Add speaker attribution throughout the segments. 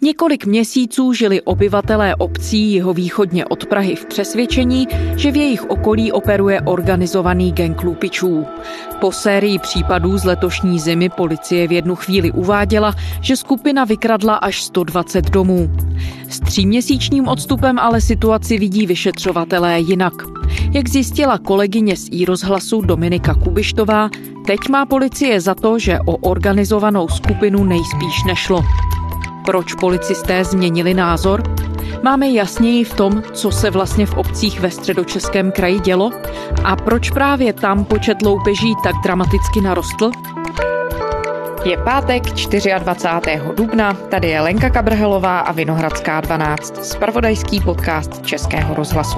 Speaker 1: Několik měsíců žili obyvatelé obcí jihovýchodně od Prahy v přesvědčení, že v jejich okolí operuje organizovaný gang lupičů. Po sérii případů z letošní zimy policie v jednu chvíli uváděla, že skupina vykradla až 120 domů. S 3měsíčním odstupem ale situaci vidí vyšetřovatelé jinak. Jak zjistila kolegyně z iRozhlasu Dominika Kubištová, teď má policie za to, že o organizovanou skupinu nejspíš nešlo. Proč policisté změnili názor? Máme jasněji v tom, co se vlastně v obcích ve Středočeském kraji dělo? A proč právě tam počet loupeží tak dramaticky narostl? Je pátek 24. dubna, tady je Lenka Kabrhelová a Vinohradská 12, zpravodajský podcast Českého rozhlasu.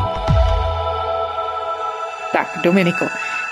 Speaker 1: Tak, Dominiko,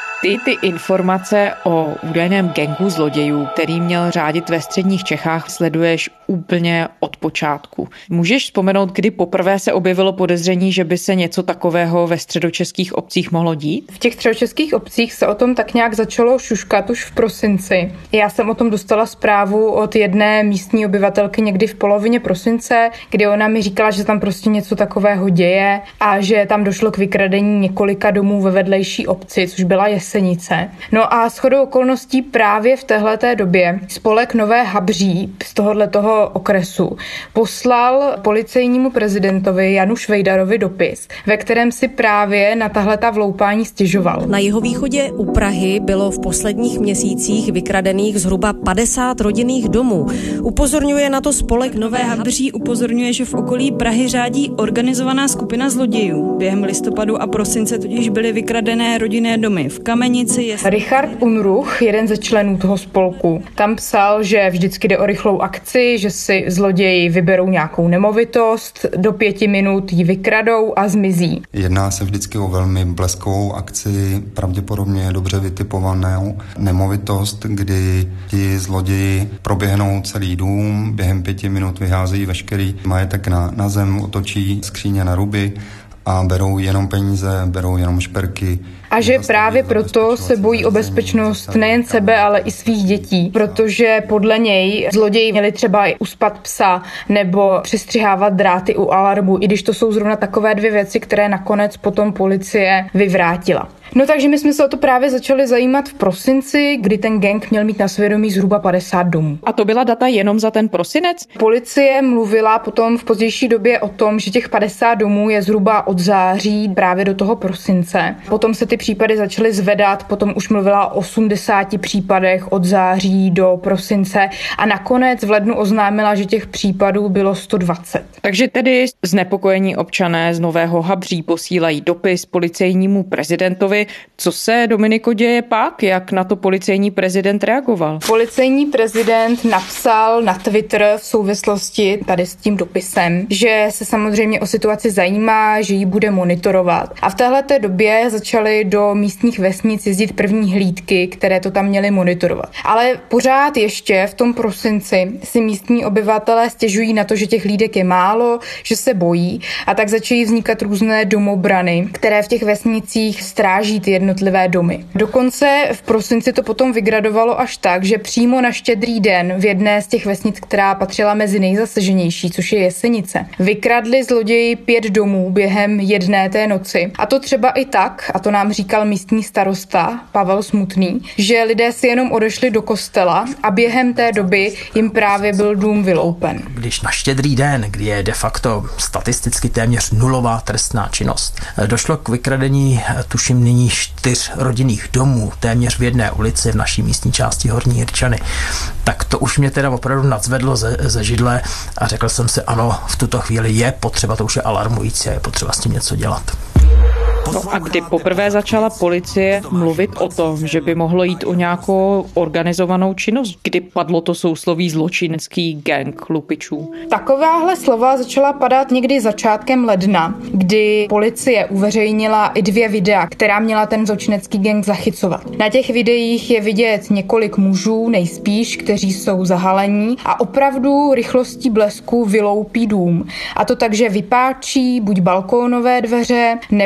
Speaker 1: ty informace o údajném gangu zlodějů, který měl řádit ve středních Čechách, sleduješ úplně od počátku. Můžeš vzpomenout, kdy poprvé se objevilo podezření, že by se něco takového ve středočeských obcích mohlo dít?
Speaker 2: V těch středočeských obcích se o tom tak nějak začalo šuškat už v prosinci. Já jsem o tom dostala zprávu od jedné místní obyvatelky někdy v polovině prosince, kdy ona mi říkala, že tam prostě něco takového děje a že tam došlo k vykradení několika domů ve vedlejší obci, což byla Jesenice. No a shodou okolností právě v téhleté době spolek Nové Habří z tohoto okresu poslal policejnímu prezidentovi Janu Švejdarovi dopis, ve kterém si právě na tahleta vloupání stěžoval.
Speaker 3: Na jihovýchodě u Prahy bylo v posledních měsících vykradených zhruba 50 rodinných domů. Upozorňuje na to spolek
Speaker 4: Nové Habří, upozorňuje, že v okolí Prahy řádí organizovaná skupina zlodějů. Během listopadu a prosince totiž byly vykradené rodinné domy v Kamenici.
Speaker 2: Richard Unruch, jeden ze členů toho spolku, tam psal, že vždycky jde o rychlou akci, že si zloději vyberou nějakou nemovitost, do 5 minut ji vykradou a zmizí.
Speaker 5: Jedná se vždycky o velmi bleskovou akci, pravděpodobně dobře vytipovanou nemovitost, kdy ti zloději proběhnou celý dům, během 5 minut vyházejí veškerý majetek na zem, otočí skříně na ruby a berou jenom peníze, berou jenom šperky.
Speaker 2: A že právě proto se bojí o bezpečnost nejen sebe, ale i svých dětí, protože podle něj zloději měli třeba uspat psa nebo přestřihávat dráty u alarmu, i když to jsou zrovna takové 2 věci, které nakonec potom policie vyvrátila. No takže my jsme se o to právě začali zajímat v prosinci, kdy ten gang měl mít na svědomí zhruba 50 domů.
Speaker 1: A to byla data jenom za ten prosinec?
Speaker 2: Policie mluvila potom v pozdější době o tom, že těch 50 domů je zhruba od září právě do toho prosince. Potom se ty případy začaly zvedat, potom už mluvila o 80 případech od září do prosince a nakonec v lednu oznámila, že těch případů bylo 120.
Speaker 1: Takže tedy znepokojení občané z Nového Habří posílají dopis policejnímu prezidentovi. Co se, Dominiko, děje pak? Jak na to policejní prezident reagoval?
Speaker 2: Policejní prezident napsal na Twitter v souvislosti tady s tím dopisem, že se samozřejmě o situaci zajímá, že ji bude monitorovat. A v téhleté době začaly do místních vesnic jezdit první hlídky, které to tam měly monitorovat. Ale pořád ještě v tom prosinci si místní obyvatelé stěžují na to, že těch hlídek je málo, že se bojí, a tak začaly vznikat různé domobrany, které v těch vesnicích stráží ty jednotlivé domy. Dokonce v prosinci to potom vygradovalo až tak, že přímo na Štědrý den v jedné z těch vesnic, která patřila mezi nejzasaženější, což je Jesenice, vykradli zloději 5 domů během jedné té noci. A to třeba i tak, a to nám říkal místní starosta Pavel Smutný, že lidé si jenom odešli do kostela a během té doby jim právě byl dům vyloupen.
Speaker 6: Když na Štědrý den, kdy je de facto statisticky téměř nulová trestná činnost, došlo k vykradení, tuším nyní 4 rodinných domů téměř v jedné ulici v naší místní části Horní Jirčany, tak to už mě teda opravdu nadzvedlo ze židle a řekl jsem si, ano, v tuto chvíli je potřeba, to už je alarmující a je potřeba s tím něco dělat.
Speaker 1: No a kdy poprvé začala policie mluvit o tom, že by mohlo jít o nějakou organizovanou činnost? Kdy padlo to sousloví zločinecký gang lupičů?
Speaker 2: Takováhle slova začala padat někdy začátkem ledna, kdy policie uveřejnila i 2 videa, která měla ten zločinecký gang zachycovat. Na těch videích je vidět několik mužů, nejspíš, kteří jsou zahalení a opravdu rychlostí blesku vyloupí dům. A to tak, že vypáčí buď balkónové dveře, nebo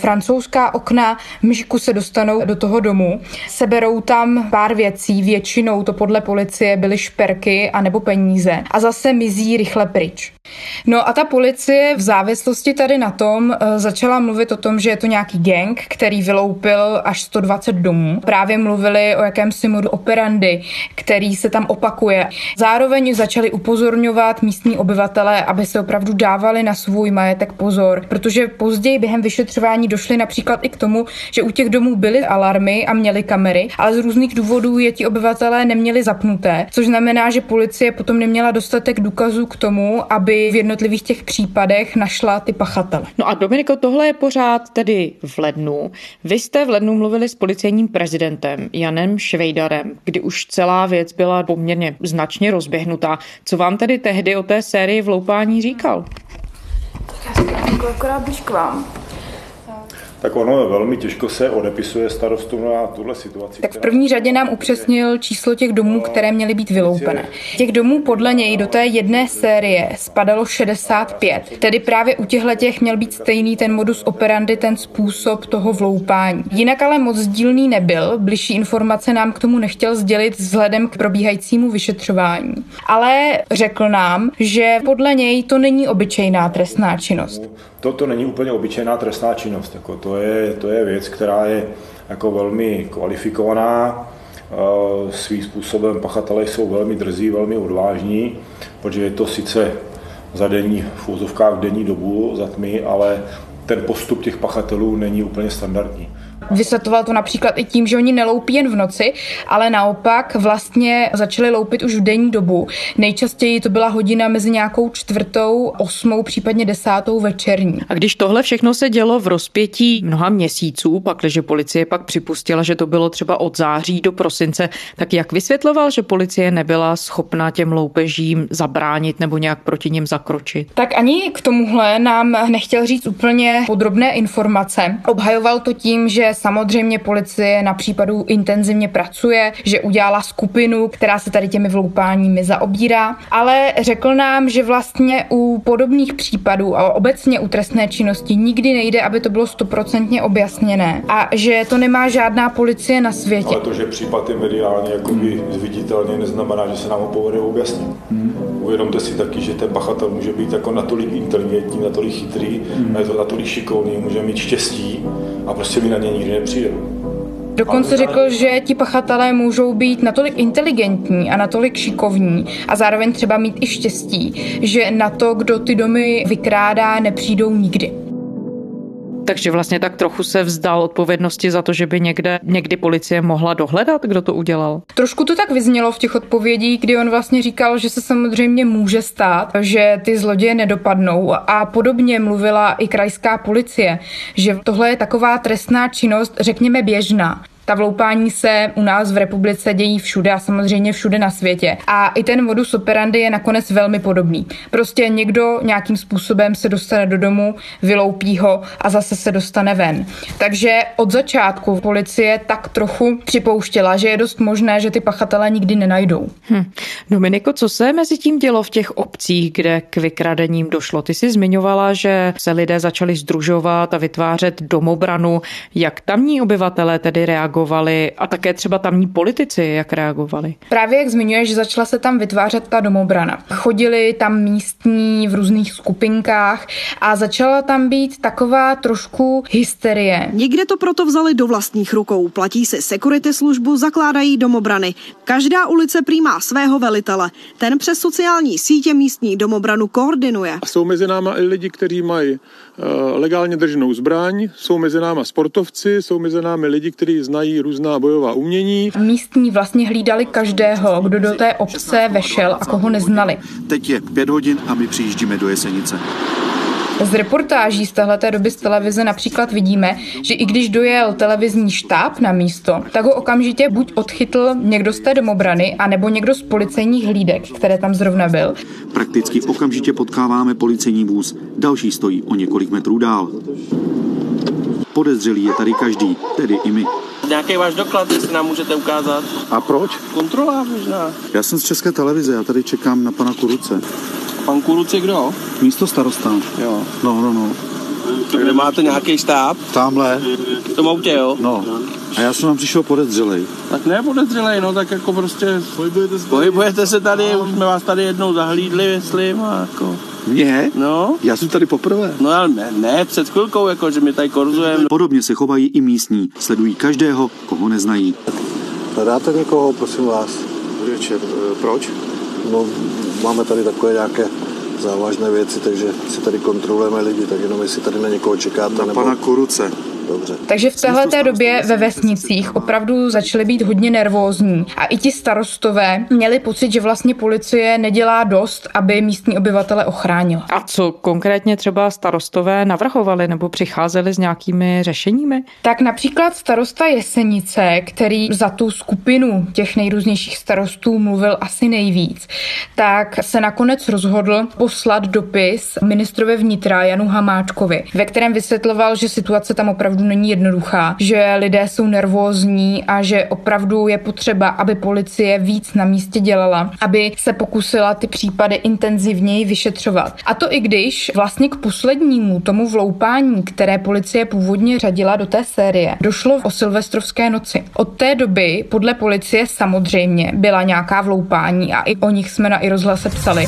Speaker 2: francouzská okna, mžiku se dostanou do toho domu, seberou tam pár věcí, většinou to podle policie byly šperky anebo peníze a zase mizí rychle pryč. No a ta policie v závislosti tady na tom začala mluvit o tom, že je to nějaký gang, který vyloupil až 120 domů. Právě mluvili o jakémsi modu operandi, který se tam opakuje. Zároveň začali upozorňovat místní obyvatele, aby se opravdu dávali na svůj majetek pozor, protože později během vyšetřování došli například i k tomu, že u těch domů byly alarmy a měly kamery, ale z různých důvodů je ti obyvatelé neměli zapnuté, což znamená, že policie potom neměla dostatek důkazů k tomu, aby v jednotlivých těch případech našla ty pachatele.
Speaker 1: No a Dominiko, tohle je pořád tedy v lednu. Vy jste v lednu mluvili s policejním prezidentem Janem Švejdarem, kdy už celá věc byla poměrně značně rozběhnutá. Co vám tedy tehdy o té sérii vloupání říkal?
Speaker 2: Já jsem akorát blíž k vám.
Speaker 7: Tak ono velmi těžko se odepisuje starostům na tuhle situaci.
Speaker 2: Tak v první řadě nám upřesnil číslo těch domů, které měly být vyloupené. Těch domů podle něj do té jedné série spadalo 65. Tedy právě u těchhletěch měl být stejný ten modus operandi, ten způsob toho vloupání. Jinak ale moc sdílný nebyl, bližší informace nám k tomu nechtěl sdělit vzhledem k probíhajícímu vyšetřování. Ale řekl nám, že podle něj to není obyčejná trestná činnost.
Speaker 7: To není úplně obyčejná trestná činnost. Jako to je věc, která je jako velmi kvalifikovaná. Svým způsobem pachatelé jsou velmi drzí, velmi odvážní, protože je to sice za denní, v úzovkách denní dobu, za tmy, ale ten postup těch pachatelů není úplně standardní.
Speaker 2: Vysvětloval to například i tím, že oni neloupí jen v noci, ale naopak vlastně začali loupit už v denní dobu. Nejčastěji to byla hodina mezi nějakou 4., 8., případně 10. večerní.
Speaker 1: A když tohle všechno se dělo v rozpětí mnoha měsíců, pakliže policie pak připustila, že to bylo třeba od září do prosince, tak jak vysvětloval, že policie nebyla schopná těm loupežím zabránit nebo nějak proti nim zakročit?
Speaker 2: Tak ani k tomuhle nám nechtěl říct úplně podrobné informace. Obhajoval to tím, že samozřejmě policie na případu intenzivně pracuje, že udělala skupinu, která se tady těmi vloupáními zaobírá, ale řekl nám, že vlastně u podobných případů a obecně u trestné činnosti nikdy nejde, aby to bylo 100% objasněné a že to nemá žádná policie na světě.
Speaker 7: Ale to, že případ je mediálně jakoby zviditelně, neznamená, že se nám ho povede objasnit. Uvědomte si taky, že ten pachatel může být jako natolik inteligentní, natolik chytrý, natolik šikovný, může mít štěstí a prostě mi na ně nikdy nepřijde.
Speaker 2: Dokonce řekl, že ti pachatelé můžou být natolik inteligentní a natolik šikovní a zároveň třeba mít i štěstí, že na to, kdo ty domy vykrádá, nepřijdou nikdy.
Speaker 1: Takže vlastně tak trochu se vzdal odpovědnosti za to, že by někdy policie mohla dohledat, kdo to udělal.
Speaker 2: Trošku to tak vyznělo v těch odpovědích, kdy on vlastně říkal, že se samozřejmě může stát, že ty zloděje nedopadnou a podobně mluvila i krajská policie, že tohle je taková trestná činnost, řekněme běžná. Ta vloupání se u nás v republice dějí všude a samozřejmě všude na světě. A i ten modus operandi je nakonec velmi podobný. Prostě někdo nějakým způsobem se dostane do domu, vyloupí ho a zase se dostane ven. Takže od začátku policie tak trochu připouštěla, že je dost možné, že ty pachatelé nikdy nenajdou.
Speaker 1: Dominiko, co se mezi tím dělo v těch obcích, kde k vykradením došlo? Ty jsi zmiňovala, že se lidé začali sdružovat a vytvářet domobranu. Jak tamní obyvatelé tedy reagovali a také třeba tamní politici, jak reagovali?
Speaker 2: Právě jak zmiňuješ, začala se tam vytvářet ta domobrana. Chodili tam místní v různých skupinkách a začala tam být taková trošku hysterie.
Speaker 8: Někde to proto vzali do vlastních rukou. Platí si security službu, zakládají domobrany. Každá ulice prý má svého velitele. Ten přes sociální sítě místní domobranu koordinuje.
Speaker 9: Jsou mezi náma i lidi, kteří mají legálně drženou zbraň, jsou mezi náma sportovci, jsou mezi námi lidi, kteří znají různá bojová umění.
Speaker 2: Místní vlastně hlídali každého, kdo do té obce vešel a koho neznali.
Speaker 10: Teď je 5 hodin a my přijíždíme do Jesenice.
Speaker 2: Z reportáží z téhleté doby z televize například vidíme, že i když dojel televizní štáb na místo, tak ho okamžitě buď odchytl někdo z té domobrany, anebo někdo z policejních hlídek, které tam zrovna byl.
Speaker 10: Prakticky okamžitě potkáváme policejní vůz. Další stojí o několik metrů dál. Podezřelý je tady každý, tedy i my.
Speaker 11: Nějaký váš doklad, jestli nám můžete ukázat?
Speaker 10: A proč?
Speaker 11: Kontrola možná.
Speaker 10: Já jsem z České televize, já tady čekám na pana Kuruce.
Speaker 11: Pan Kuruc je kdo?
Speaker 10: Místo starosta.
Speaker 11: Jo.
Speaker 10: No.
Speaker 11: Tak kde máte nějaký štáb?
Speaker 12: Tamhle.
Speaker 11: V tom autě, jo?
Speaker 12: No. A já jsem tam přišel podezřelej.
Speaker 11: Tak ne podezřelej, no, tak jako prostě pohybujete se tady, už jsme vás tady jednou zahlídli, myslím, a jako...
Speaker 12: Mě?
Speaker 11: No.
Speaker 12: Já jsem tady poprvé.
Speaker 11: No ale ne, před chvilkou, jako, že my tady korzujeme.
Speaker 10: Podobně se chovají i místní. Sledují každého, koho neznají.
Speaker 12: Hledáte někoho, prosím vás? Večer. Proč? No, máme tady takové nějaké závažné věci, takže si tady kontrolujeme lidi, tak jenom jestli tady na někoho čekáte. Na nebo... pana Kuruce. Dobře.
Speaker 2: Takže v téhleté době ve vesnicích opravdu začaly být hodně nervózní a i ti starostové měli pocit, že vlastně policie nedělá dost, aby místní obyvatele ochránila.
Speaker 1: A co konkrétně třeba starostové navrhovali nebo přicházeli s nějakými řešeními?
Speaker 2: Tak například starosta Jesenice, který za tu skupinu těch nejrůznějších starostů mluvil asi nejvíc, tak se nakonec rozhodl poslat dopis ministrovi vnitra Janu Hamáčkovi, ve kterém vysvětloval, že situace tam opravdu není jednoduchá, že lidé jsou nervózní a že opravdu je potřeba, aby policie víc na místě dělala, aby se pokusila ty případy intenzivněji vyšetřovat. A to i když vlastně k poslednímu tomu vloupání, které policie původně řadila do té série, došlo o silvestrovské noci. Od té doby podle policie samozřejmě byla nějaká vloupání a i o nich jsme na iRozhlase psali.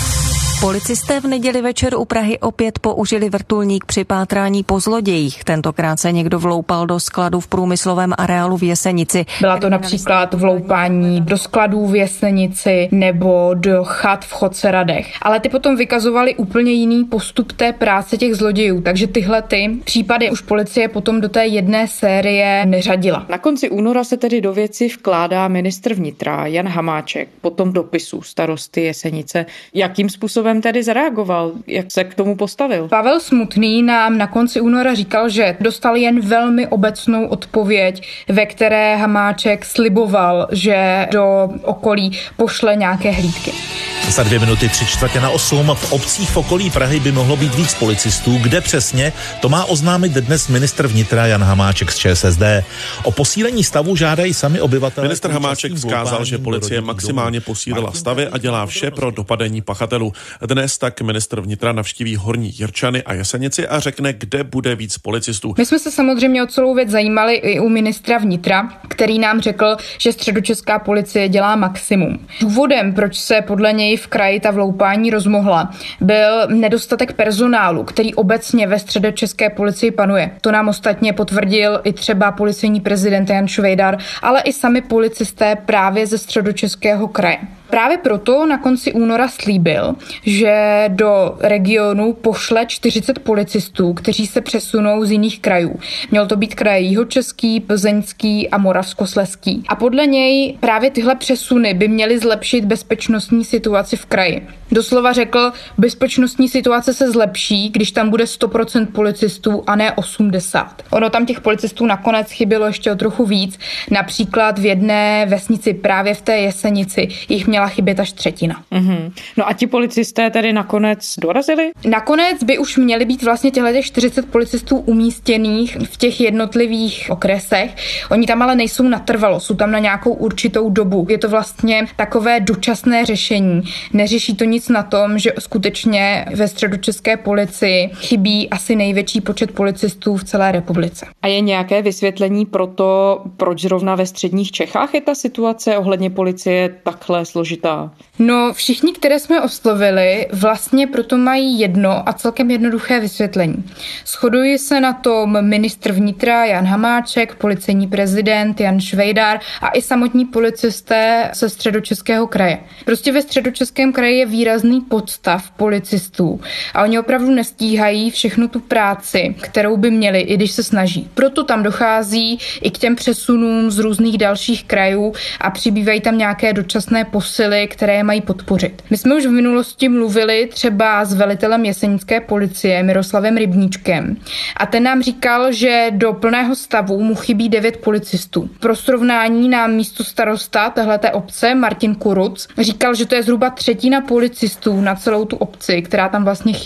Speaker 3: Policisté v neděli večer u Prahy opět použili vrtulník při pátrání po zlodějích. Tentokrát se někdo vloupal do skladu v průmyslovém areálu v Jesenici.
Speaker 2: Byla to například vloupání do skladů v Jesenici nebo do chat v Chodceradech. Ale ty potom vykazovaly úplně jiný postup té práce těch zlodějů, takže tyhle ty případy už policie potom do té jedné série neřadila.
Speaker 1: Na konci února se tedy do věci vkládá ministr vnitra Jan Hamáček po tom dopisu starosty Jesenice. Jakým způsobem tedy zareagoval? Jak se k tomu postavil?
Speaker 2: Pavel Smutný nám na konci února říkal, že dostal jen velmi obecnou odpověď, ve které Hamáček sliboval, že do okolí pošle nějaké hlídky.
Speaker 13: Za 2 minuty 7:45 v obcích v okolí Prahy by mohlo být víc policistů. Kde přesně? To má oznámit dnes ministr vnitra Jan Hamáček z ČSSD. O posílení stavu žádají sami obyvatelé.
Speaker 14: Ministr Hamáček vzkázal, že policie maximálně posílila stavy a dělá vše pro dopadení pachatelů. Dnes tak ministr vnitra navštíví Horní Jirčany a Jesenici a řekne, kde bude víc policistů.
Speaker 2: My jsme se samozřejmě o celou věc zajímali i u ministra vnitra, který nám řekl, že středočeská policie dělá maximum. Důvodem, proč se podle něj v kraji ta vloupání rozmohla, byl nedostatek personálu, který obecně ve středočeské policii panuje. To nám ostatně potvrdil i třeba policejní prezident Jan Švejdar, ale i sami policisté právě ze středočeského kraje. Právě proto na konci února slíbil, že do regionu pošle 40 policistů, kteří se přesunou z jiných krajů. Měl to být kraj Jihočeský, Plzeňský a Moravskoslezský. A podle něj právě tyhle přesuny by měly zlepšit bezpečnostní situaci v kraji. Doslova řekl, bezpečnostní situace se zlepší, když tam bude 100% policistů a ne 80. Ono tam těch policistů nakonec chybělo ještě o trochu víc. Například v jedné vesnici právě v té Jesenici jich měla chybět až 1/3.
Speaker 1: Mm-hmm. No a ti policisté tedy nakonec dorazili?
Speaker 2: Nakonec by už měli být vlastně těchto 40 policistů umístěných v těch jednotlivých okresech. Oni tam ale nejsou natrvalo, jsou tam na nějakou určitou dobu. Je to vlastně takové dočasné řešení. Neřeší to nic na tom, že skutečně ve středočeské policii chybí asi největší počet policistů v celé republice.
Speaker 1: A je nějaké vysvětlení pro to, proč zrovna ve středních Čechách je ta situace ohledně policie takhle složitá?
Speaker 2: No, všichni, které jsme oslovili, vlastně proto mají jedno a celkem jednoduché vysvětlení. Shodují se na tom ministr vnitra Jan Hamáček, policejní prezident Jan Švejdar a i samotní policisté ze středočeského kraje. Prostě ve středočeském kraji je výrazný podstav policistů a oni opravdu nestíhají všechnu tu práci, kterou by měli, i když se snaží. Proto tam dochází i k těm přesunům z různých dalších krajů a přibývají tam nějaké dočasné posily, které je mají podpořit. My jsme už v minulosti mluvili třeba s velitelem jesenické policie Miroslavem Rybníčkem a ten nám říkal, že do plného stavu mu chybí 9 policistů. Pro srovnání nám místostarosta téhleté obce Martin Kuruc říkal, že to je zhruba 1/3 policistů na celou tu obci, která tam vlastně chybí.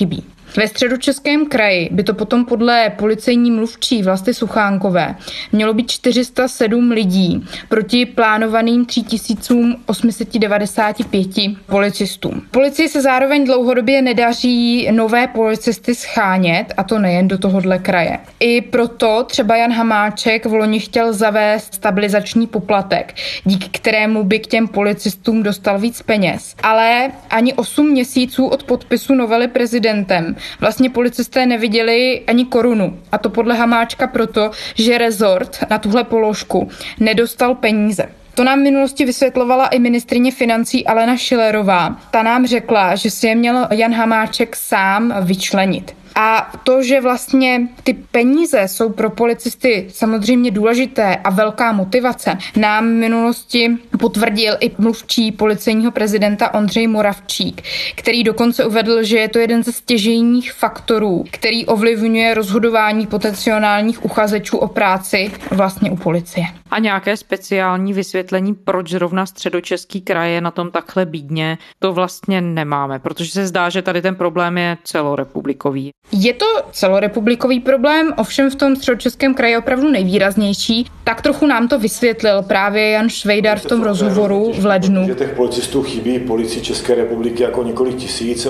Speaker 2: Ve Středočeském kraji by to potom podle policejní mluvčí Vlasty Suchánkové mělo být 407 lidí proti plánovaným 3895 policistům. Policii se zároveň dlouhodobě nedaří nové policisty schánět, a to nejen do tohohle kraje. I proto třeba Jan Hamáček v loni chtěl zavést stabilizační poplatek, díky kterému by k těm policistům dostal víc peněz. Ale ani 8 měsíců od podpisu novely prezidentem vlastně policisté neviděli ani korunu. A to podle Hamáčka proto, že rezort na tuhle položku nedostal peníze. To nám v minulosti vysvětlovala i ministryně financí Alena Schillerová. Ta nám řekla, že si je měl Jan Hamáček sám vyčlenit. A to, že vlastně ty peníze jsou pro policisty samozřejmě důležité a velká motivace, nám v minulosti potvrdil i mluvčí policejního prezidenta Ondřej Moravčík, který dokonce uvedl, že je to jeden ze stěžejních faktorů, který ovlivňuje rozhodování potenciálních uchazečů o práci vlastně u policie.
Speaker 1: A nějaké speciální vysvětlení, proč zrovna Středočeský kraj je na tom takhle bídně, to vlastně nemáme, protože se zdá, že tady ten problém je celorepublikový.
Speaker 2: Je to celorepublikový problém, ovšem v tom Středočeském kraji je opravdu nejvýraznější. Tak trochu nám to vysvětlil právě Jan Švejdar v tom rozhovoru v lednu.
Speaker 7: Že těch policistů chybí Policii České republiky jako několik tisíc.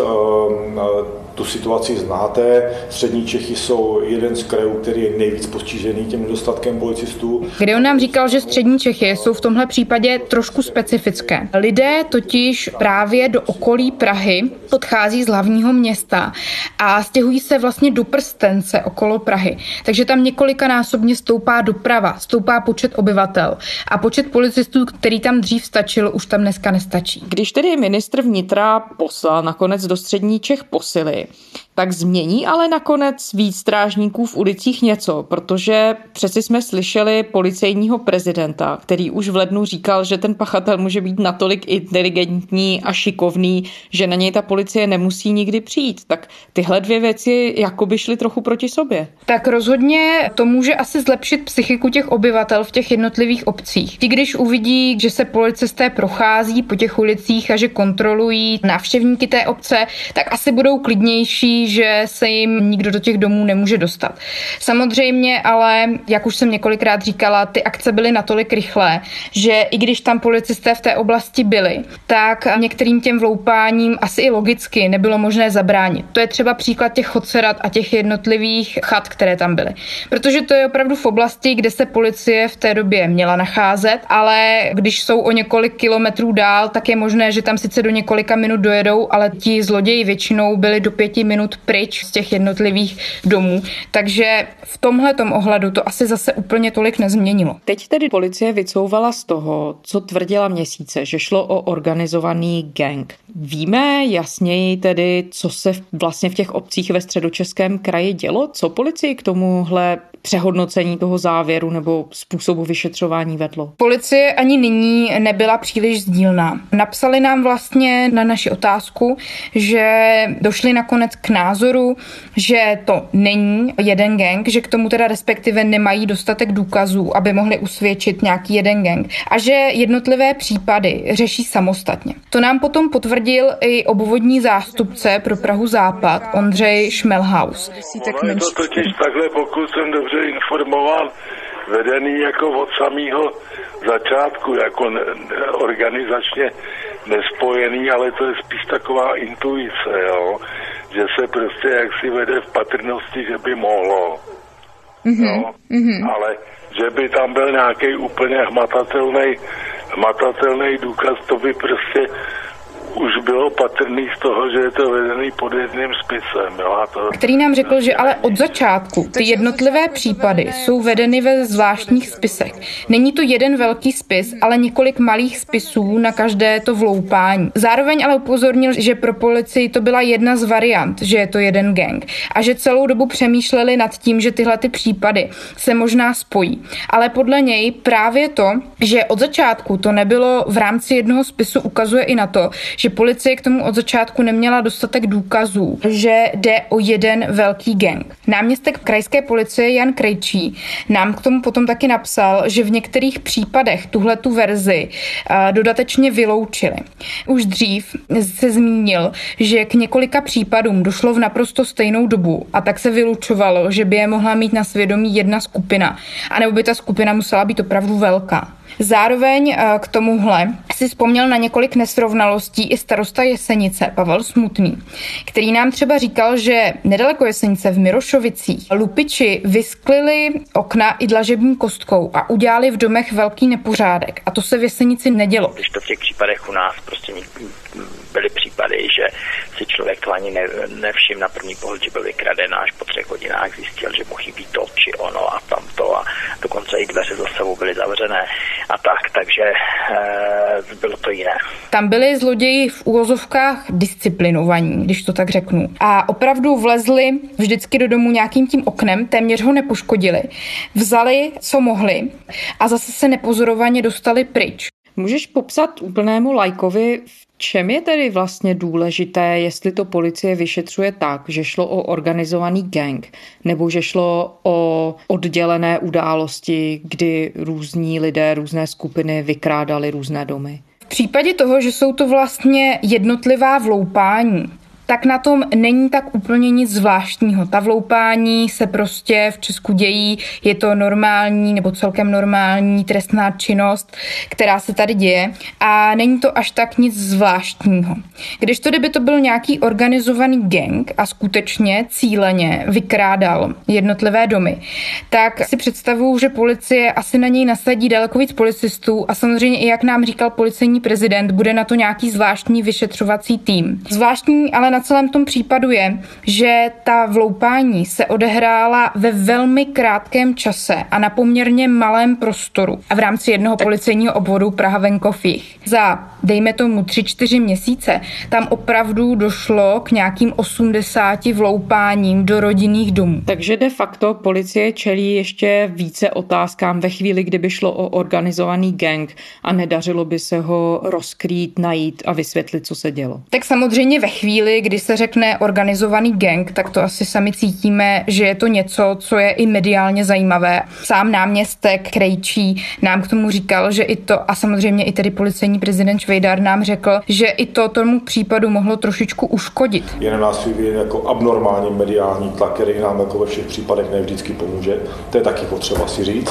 Speaker 7: Tu situaci znáte. Střední Čechy jsou jeden z krajů, který je nejvíc postižený tím nedostatkem policistů.
Speaker 2: Kde on nám říkal, že střední Čechy jsou v tomhle případě trošku specifické. Lidé totiž právě do okolí Prahy odchází z hlavního města a stěhují se vlastně do prstence okolo Prahy. Takže tam několikanásobně stoupá doprava, stoupá počet obyvatel a počet policistů, který tam dřív stačil, už tam dneska nestačí.
Speaker 1: Když tedy ministr vnitra poslal nakonec do střední Čech posily, tak změní ale nakonec víc strážníků v ulicích něco, protože přeci jsme slyšeli policejního prezidenta, který už v lednu říkal, že ten pachatel může být natolik inteligentní a šikovný, že na něj ta policie nemusí nikdy přijít. Tak tyhle dvě věci jakoby šly trochu proti sobě.
Speaker 2: Tak rozhodně to může asi zlepšit psychiku těch obyvatel v těch jednotlivých obcích. Ti, když uvidí, že se policisté prochází po těch ulicích a že kontrolují návštěvníky té obce, tak asi budou klidnější, že se jim nikdo do těch domů nemůže dostat. Samozřejmě, ale jak už jsem několikrát říkala, ty akce byly natolik rychlé, že i když tam policisté v té oblasti byli, tak některým těm vloupáním asi i logicky nebylo možné zabránit. To je třeba příklad těch chodcerat a těch jednotlivých chat, které tam byly. Protože to je opravdu v oblasti, kde se policie v té době měla nacházet, ale když jsou o několik kilometrů dál, tak je možné, že tam sice do několika minut dojedou, ale ti zloději většinou byli do 5 minut pryč z těch jednotlivých domů. Takže v tomhletom ohledu to asi zase úplně tolik nezměnilo.
Speaker 1: Teď tedy policie vycouvala z toho, co tvrdila měsíce, že šlo o organizovaný gang. Víme jasněji tedy, co se vlastně v těch obcích ve Středočeském kraji dělo? Co policii k tomuhle přehodnocení toho závěru nebo způsobu vyšetřování vedlo?
Speaker 2: Policie ani nyní nebyla příliš sdílná. Napsali nám vlastně na naši otázku, že došli nakonec k názoru, že to není jeden gang, že k tomu teda respektive nemají dostatek důkazů, aby mohli usvědčit nějaký jeden gang a že jednotlivé případy řeší samostatně. To nám potom potvrdil i obvodní zástupce pro Prahu Západ Ondřej Šmelhaus.
Speaker 15: Je to totiž takhle, pokud jsem dobře informoval, vedený jako od samého začátku, jako organizačně nespojený, ale to je spíš taková intuice, jo? Že se prostě jaksi vede v patrnosti, že by mohlo. Ale že by tam byl nějaký úplně hmatatelný důkaz, to by prostě už bylo patrný z toho, že je to vedený pod jedným spisem. Jo?
Speaker 2: Který nám řekl, že ale od začátku ty jednotlivé případy jsou vedeny ve zvláštních spisech. Není to jeden velký spis, ale několik malých spisů na každé to vloupání. Zároveň ale upozornil, že pro policii to byla jedna z variant, že je to jeden gang a že celou dobu přemýšleli nad tím, že tyhle ty případy se možná spojí. Ale podle něj právě to, že od začátku to nebylo v rámci jednoho spisu, ukazuje i na to, že že policie k tomu od začátku neměla dostatek důkazů, že jde o jeden velký gang. Náměstek krajské policie Jan Krejčí nám k tomu potom taky napsal, že v některých případech tuhletu verzi dodatečně vyloučili. Už dřív se zmínil, že k několika případům došlo v naprosto stejnou dobu a tak se vylučovalo, že by je mohla mít na svědomí jedna skupina, anebo by ta skupina musela být opravdu velká. Zároveň k tomuhle si vzpomněl na několik nesrovnalostí i starosta Jesenice Pavel Smutný, který nám třeba říkal, že nedaleko Jesenice v Mirošovicích lupiči vysklili okna i dlažební kostkou a udělali v domech velký nepořádek. A to se v Jesenici nedělo.
Speaker 16: Když to v těch případech u nás prostě byly případy, že si člověk to ani nevšiml na první pohled, že byl vykraden, až po 3 hodinách zjistil, že mu chybí to či ono a tamto a dokonce i dveře za sebou byly zavřené a tak, takže bylo to jiné.
Speaker 2: Tam byli zloději v uvozovkách disciplinovaní, když to tak řeknu. A opravdu vlezli vždycky do domu nějakým tím oknem, téměř ho nepoškodili, vzali, co mohli a zase se nepozorovaně dostali pryč.
Speaker 1: Můžeš popsat úplnému laikovi, v čem je tedy vlastně důležité, jestli to policie vyšetřuje tak, že šlo o organizovaný gang, nebo že šlo o oddělené události, kdy různí lidé, různé skupiny vykrádali různé domy?
Speaker 2: V případě toho, že jsou to vlastně jednotlivá vloupání, tak na tom není tak úplně nic zvláštního. Ta vloupání se prostě v Česku dějí, je to normální nebo celkem normální trestná činnost, která se tady děje a není to až tak nic zvláštního. Když to, kdyby to byl nějaký organizovaný gang a skutečně cíleně vykrádal jednotlivé domy, tak si představuju, že policie asi na něj nasadí daleko víc policistů a samozřejmě i jak nám říkal policejní prezident, bude na to nějaký zvláštní vyšetřovací tým. Zvláštní ale na celém tom případu je, že ta vloupání se odehrála ve velmi krátkém čase a na poměrně malém prostoru a v rámci jednoho policejního obvodu Praha-Venkov-Jih. Za, dejme tomu, 3-4 měsíce tam opravdu došlo k nějakým 80 vloupáním do rodinných domů.
Speaker 1: Takže de facto policie čelí ještě více otázkám ve chvíli, kdyby šlo o organizovaný gang a nedařilo by se ho rozkrýt, najít a vysvětlit, co se dělo.
Speaker 2: Tak samozřejmě ve chvíli, kdy se řekne organizovaný gang, tak to asi sami cítíme, že je to něco, co je i mediálně zajímavé. Sám náměstek Krejčí nám k tomu říkal, že i to, a samozřejmě i tedy policejní prezident Švejdar nám řekl, že i to tomu případu mohlo trošičku uškodit.
Speaker 7: Je na nás vyvíjen jako abnormální mediální tlak, který nám jako ve všech případech ne vždycky pomůže. To je taky potřeba si říct.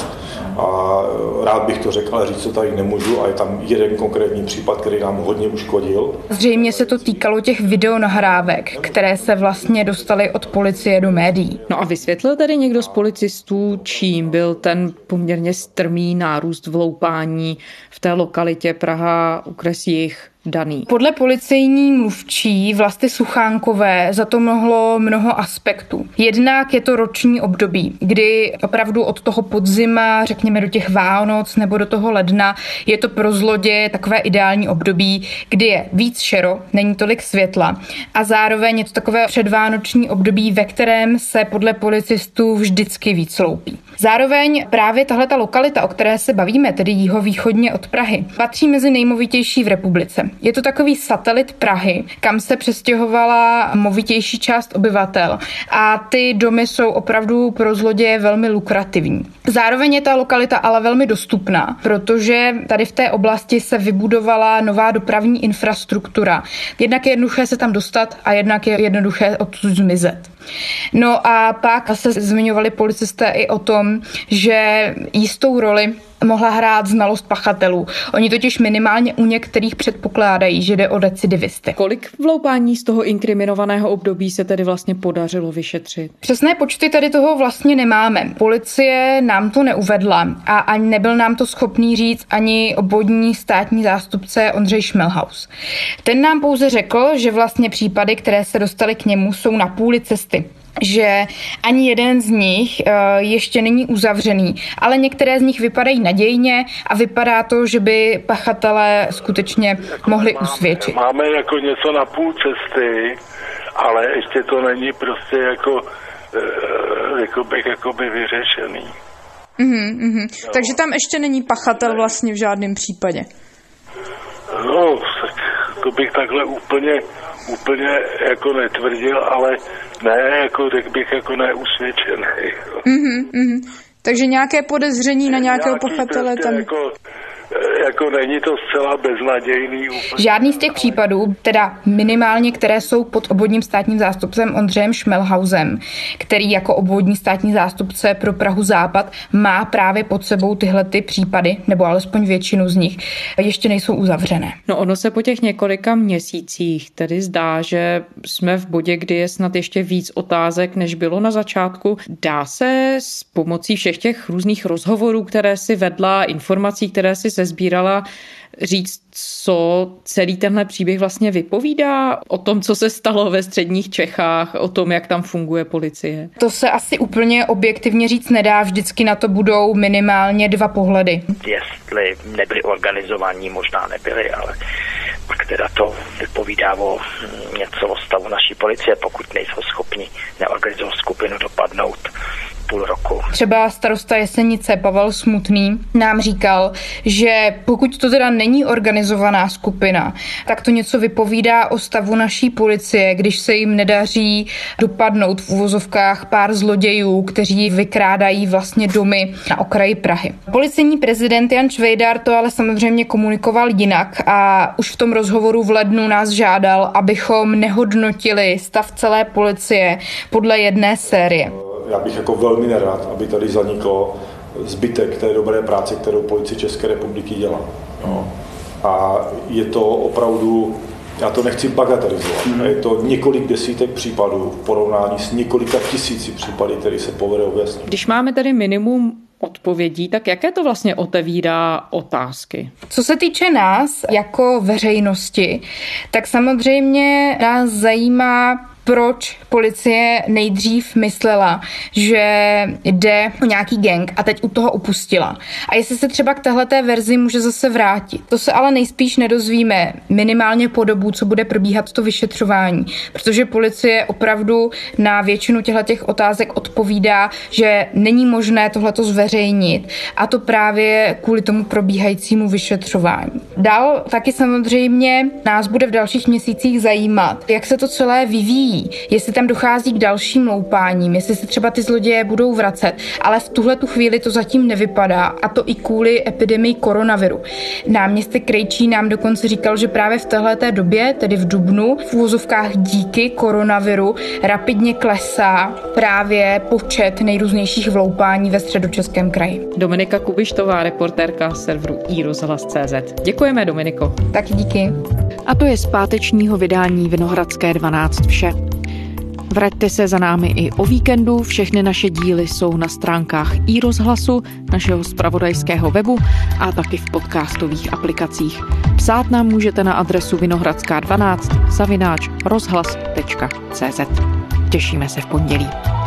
Speaker 7: A rád bych to řekl, ale říct to tady nemůžu a je tam jeden konkrétní případ, který nám hodně uškodil.
Speaker 2: Zřejmě se to týkalo těch videonahrávek, které se vlastně dostaly od policie do médií.
Speaker 1: No a vysvětlil tedy někdo z policistů, čím byl ten poměrně strmý nárůst vloupání v té lokalitě Praha, okres Jih daný?
Speaker 2: Podle policejní mluvčí Vlasty Suchánkové za to mohlo mnoho aspektů. Jednak je to roční období, kdy opravdu od toho podzima, řekněme do těch Vánoc nebo do toho ledna, je to pro zloděje takové ideální období, kdy je víc šero, není tolik světla a zároveň je to takové předvánoční období, ve kterém se podle policistů vždycky víc loupí. Zároveň právě tahleta lokalita, o které se bavíme, tedy jihovýchodně od Prahy, patří mezi nejmovitější v republice. Je to takový satelit Prahy, kam se přestěhovala movitější část obyvatel a ty domy jsou opravdu pro zloděje velmi lukrativní. Zároveň je ta lokalita ale velmi dostupná, protože tady v té oblasti se vybudovala nová dopravní infrastruktura. Jednak je jednoduché se tam dostat a jednak je jednoduché odtud zmizet. No a pak se zmiňovali policisté i o tom, že jistou roli mohla hrát znalost pachatelů. Oni totiž minimálně u některých předpokládají, že jde o recidivisty.
Speaker 1: Kolik vloupání z toho inkriminovaného období se tedy vlastně podařilo vyšetřit?
Speaker 2: Přesné počty tady toho vlastně nemáme. Policie nám to neuvedla a ani nebyl nám to schopný říct ani obvodní státní zástupce Ondřej Šmelhaus. Ten nám pouze řekl, že vlastně případy, které se dostaly k němu, jsou na půli cesty. Že ani jeden z nich ještě není uzavřený, ale některé z nich vypadají nadějně a vypadá to, že by pachatelé skutečně mohli usvědčit.
Speaker 15: Máme jako něco na půl cesty, ale ještě to není prostě jakoby vyřešený.
Speaker 2: Takže tam ještě není pachatel vlastně v žádném případě.
Speaker 15: No, tak jako bych takhle úplně jako netvrdil, ale ne, jako řekl bych jako neusvědčený.
Speaker 2: Takže nějaké podezření na nějakého pachatele tam...
Speaker 15: Jako není to zcela beznadějný.
Speaker 2: Žádný z těch případů, teda minimálně, které jsou pod obvodním státním zástupcem Ondřejem Šmelhausem, který jako obvodní státní zástupce pro Prahu Západ má právě pod sebou tyhle ty případy, nebo alespoň většinu z nich, ještě nejsou uzavřené.
Speaker 1: No ono se po těch několika měsících tedy zdá, že jsme v bodě, kdy je snad ještě víc otázek, než bylo na začátku. Dá se s pomocí všech těch různých rozhovorů, které si vedla, informací, které si sesbírala, říct, co celý tenhle příběh vlastně vypovídá o tom, co se stalo ve středních Čechách, o tom, jak tam funguje policie?
Speaker 2: To se asi úplně objektivně říct nedá, vždycky na to budou minimálně dva pohledy.
Speaker 16: Jestli nebyli organizovaní, možná nebyli, ale pak teda to vypovídá o něco o stavu naší policie, pokud nejsou schopni neorganizovat skupinu dopadnout půl roku.
Speaker 2: Třeba starosta Jesenice Pavel Smutný nám říkal, že pokud to teda není organizovaná skupina, tak to něco vypovídá o stavu naší policie, když se jim nedaří dopadnout v uvozovkách pár zlodějů, kteří vykrádají vlastně domy na okraji Prahy. Policejní prezident Jan Švejdar to ale samozřejmě komunikoval jinak a už v tom rozhovoru v lednu nás žádal, abychom nehodnotili stav celé policie podle jedné série.
Speaker 7: Já bych jako velmi nerad, aby tady zanikl zbytek té dobré práce, kterou Policie České republiky dělá. No. A je to opravdu, já to nechci bagatelizovat, je to několik desítek případů v porovnání s několika tisíci případy, které se povede objasnit.
Speaker 1: Když máme tady minimum odpovědí, tak jaké to vlastně otevírá otázky?
Speaker 2: Co se týče nás jako veřejnosti, tak samozřejmě nás zajímá, proč policie nejdřív myslela, že jde o nějaký gang a teď u toho upustila. A jestli se třeba k téhleté verzi může zase vrátit. To se ale nejspíš nedozvíme minimálně po dobu, co bude probíhat to vyšetřování, protože policie opravdu na většinu těchto otázek odpovídá, že není možné tohleto zveřejnit, a to právě kvůli tomu probíhajícímu vyšetřování. Dál taky samozřejmě nás bude v dalších měsících zajímat, jak se to celé vyvíjí, jestli tam dochází k dalším loupáním, jestli se třeba ty zloděje budou vracet, ale v tuhletu chvíli to zatím nevypadá, a to i kvůli epidemii koronaviru. Náměstek Krejčí nám dokonce říkal, že právě v téhleté době, tedy v dubnu, v uvozovkách díky koronaviru, rapidně klesá právě počet nejrůznějších vloupání ve Středočeském kraji.
Speaker 1: Dominika Kubištová, reportérka serveru iRozhlas.cz. Děkujeme, Dominiko.
Speaker 2: Taky díky.
Speaker 1: A to je z pátečního vydání Vinohradské 12 vše. Vraťte se za námi i o víkendu, všechny naše díly jsou na stránkách iRozhlasu, našeho zpravodajského webu a taky v podcastových aplikacích. Psát nám můžete na adresu vinohradská12 @rozhlas.cz. Těšíme se v pondělí.